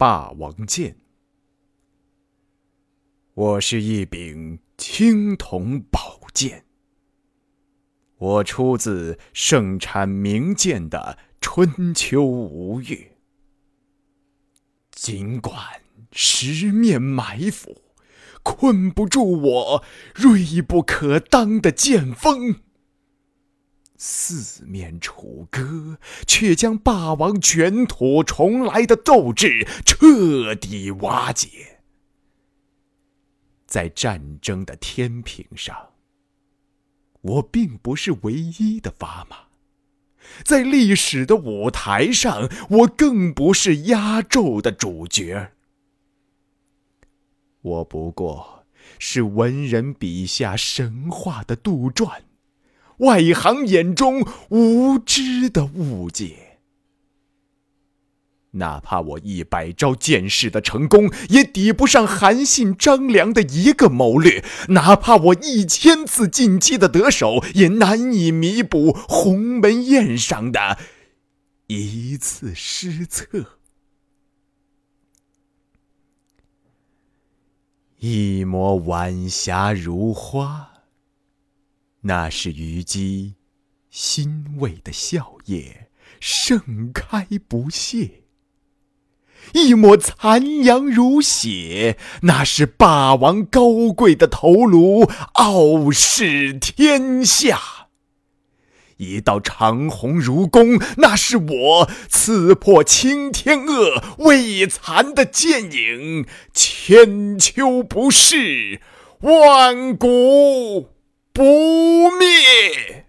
霸王剑。我是一柄青铜宝剑，我出自盛产名剑的春秋吴越。尽管十面埋伏，困不住我锐不可当的剑锋，四面楚歌，却将霸王卷土重来的斗志彻底瓦解。在战争的天平上，我并不是唯一的砝码；在历史的舞台上，我更不是压轴的主角。我不过是文人笔下神话的杜撰，外行眼中无知的误解。哪怕我100招剑士的成功，也抵不上韩信、张良的一个谋略；哪怕我1000次进击的得手，也难以弥补鸿门宴上的一次失策。一抹晚霞如花，那是虞姬欣慰的笑靥，盛开不谢；一抹残阳如血，那是霸王高贵的头颅，傲视天下；一道长虹如弓，那是我刺破青天恶未残的剑影，千秋不逝，万古不灭。